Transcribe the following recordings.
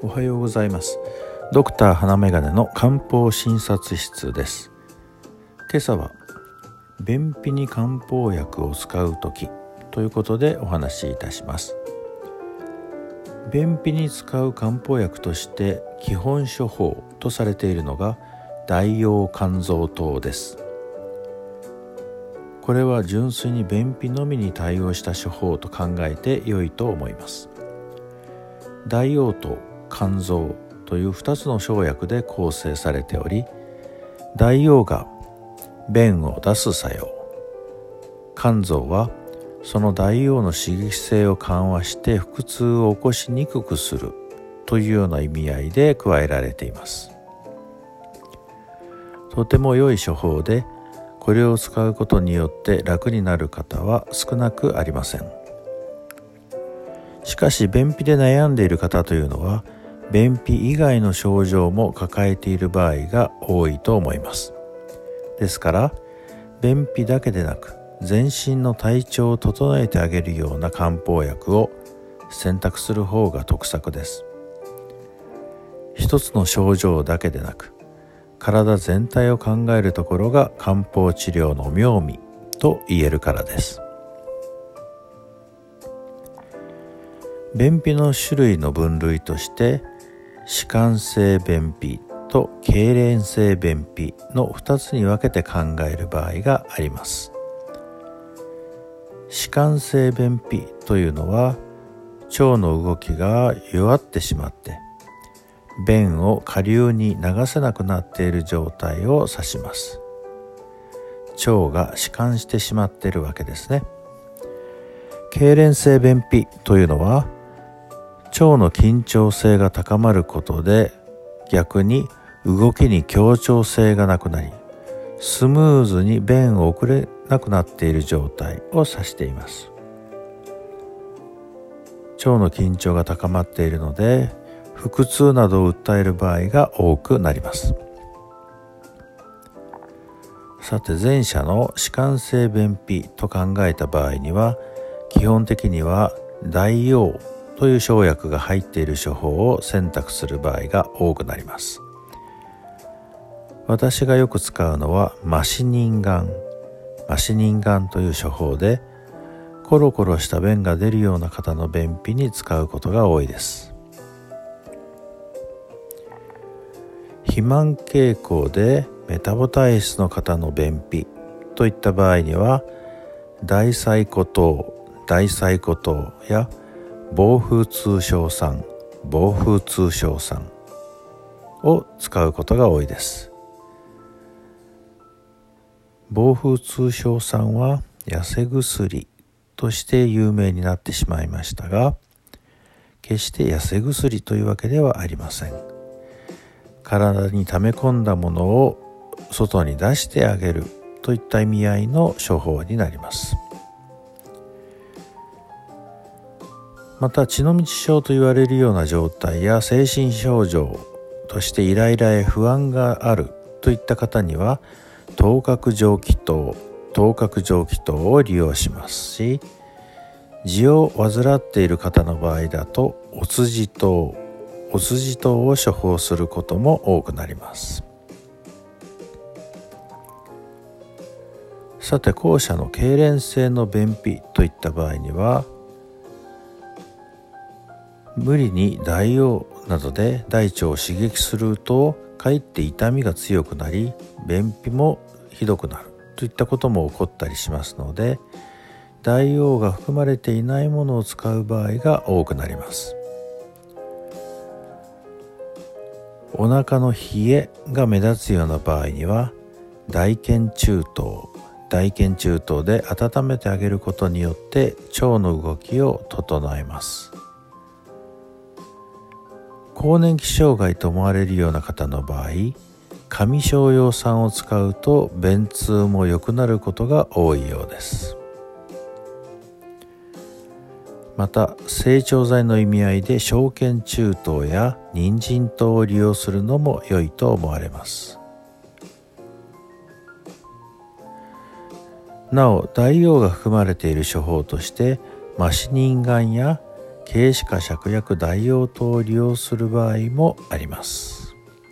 おはようございます。ドクター花眼鏡の漢方診察室です。今朝は便秘に漢方薬を使うときということでお話しいたします。便秘に使う漢方薬として基本処方とされているのが大葉甘草湯です。これは純粋に便秘のみに対応した処方と考えて良いと思います。大葉と甘草という2つの生薬で構成されており、大葉が便を出す作用、甘草はその大葉の刺激性を緩和して腹痛を起こしにくくするというような意味合いで加えられています。とても良い処方で、これを使うことによって楽になる方は少なくありません。しかし便秘で悩んでいる方というのは、便秘以外の症状も抱えている場合が多いと思います。ですから便秘だけでなく、全身の体調を整えてあげるような漢方薬を選択する方が得策です。一つの症状だけでなく、体全体を考えるところが漢方治療の妙味と言えるからです。便秘の種類の分類として、弛緩性便秘と痙攣性便秘の2つに分けて考える場合があります。弛緩性便秘というのは、腸の動きが弱ってしまって便を下流に流せなくなっている状態を指します。腸が弛緩してしまっているわけですね。痙攣性便秘というのは、腸の緊張性が高まることで逆に動きに協調性がなくなり、スムーズに便を送れなくなっている状態を指しています。腸の緊張が高まっているので、腹痛などを訴える場合が多くなります。さて、前者の弛緩性便秘と考えた場合には、基本的には大葉という生薬が入っている処方を選択する場合が多くなります。私がよく使うのはマシニンガンという処方で、コロコロした便が出るような方の便秘に使うことが多いです。肥満傾向でメタボタイシスの方の便秘といった場合には、大柴胡糖や防風通商酸を使うことが多いです。防風通商酸は痩せ薬として有名になってしまいましたが、決して痩せ薬というわけではありません。体に溜め込んだものを外に出してあげるといった意味合いの処方になります。また、血の道症と言われるような状態や精神症状としてイライラや不安があるといった方には、頭角蒸気糖を利用しますし、痔を患っている方の場合だとお筋糖を処方することも多くなります。さて、後者の痙攣性の便秘といった場合には、無理に大葉などで大腸を刺激すると、かえって痛みが強くなり、便秘もひどくなるといったことも起こったりしますので、大葉が含まれていないものを使う場合が多くなります。お腹の冷えが目立つような場合には、大腱中等で温めてあげることによって腸の動きを整えます。更年期障害と思われるような方の場合、上昇葉酸を使うと便通も良くなることが多いようです。また、整腸剤の意味合いで小腱中等や人参糖を利用するのも良いと思われます。なお、大葉が含まれている処方として、マシニンガンや経歯科芍薬代用糖を利用する場合もあります。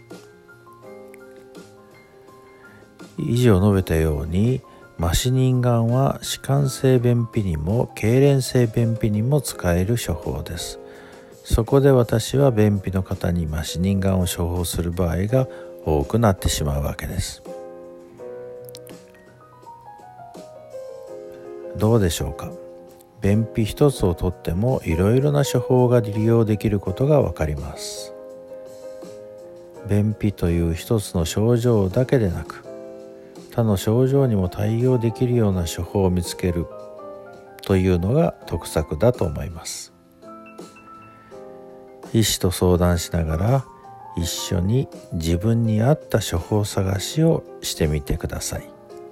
以上述べたように、麻シニン丸は弛緩性便秘にも痙攣性便秘にも使える処方です。そこで私は便秘の方に麻シニン丸を処方する場合が多くなってしまうわけです。どうでしょうか。便秘一つをとってもいろいろな処方が利用できることがわかります。便秘という一つの症状だけでなく、他の症状にも対応できるような処方を見つけるというのが得策だと思います。医師と相談しながら一緒に自分に合った処方探しをしてみてください。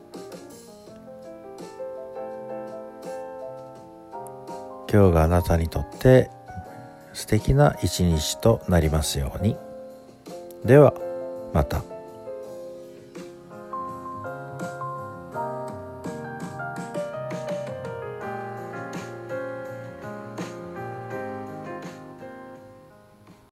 今日があなたにとって素敵な一日となりますように。ではまた。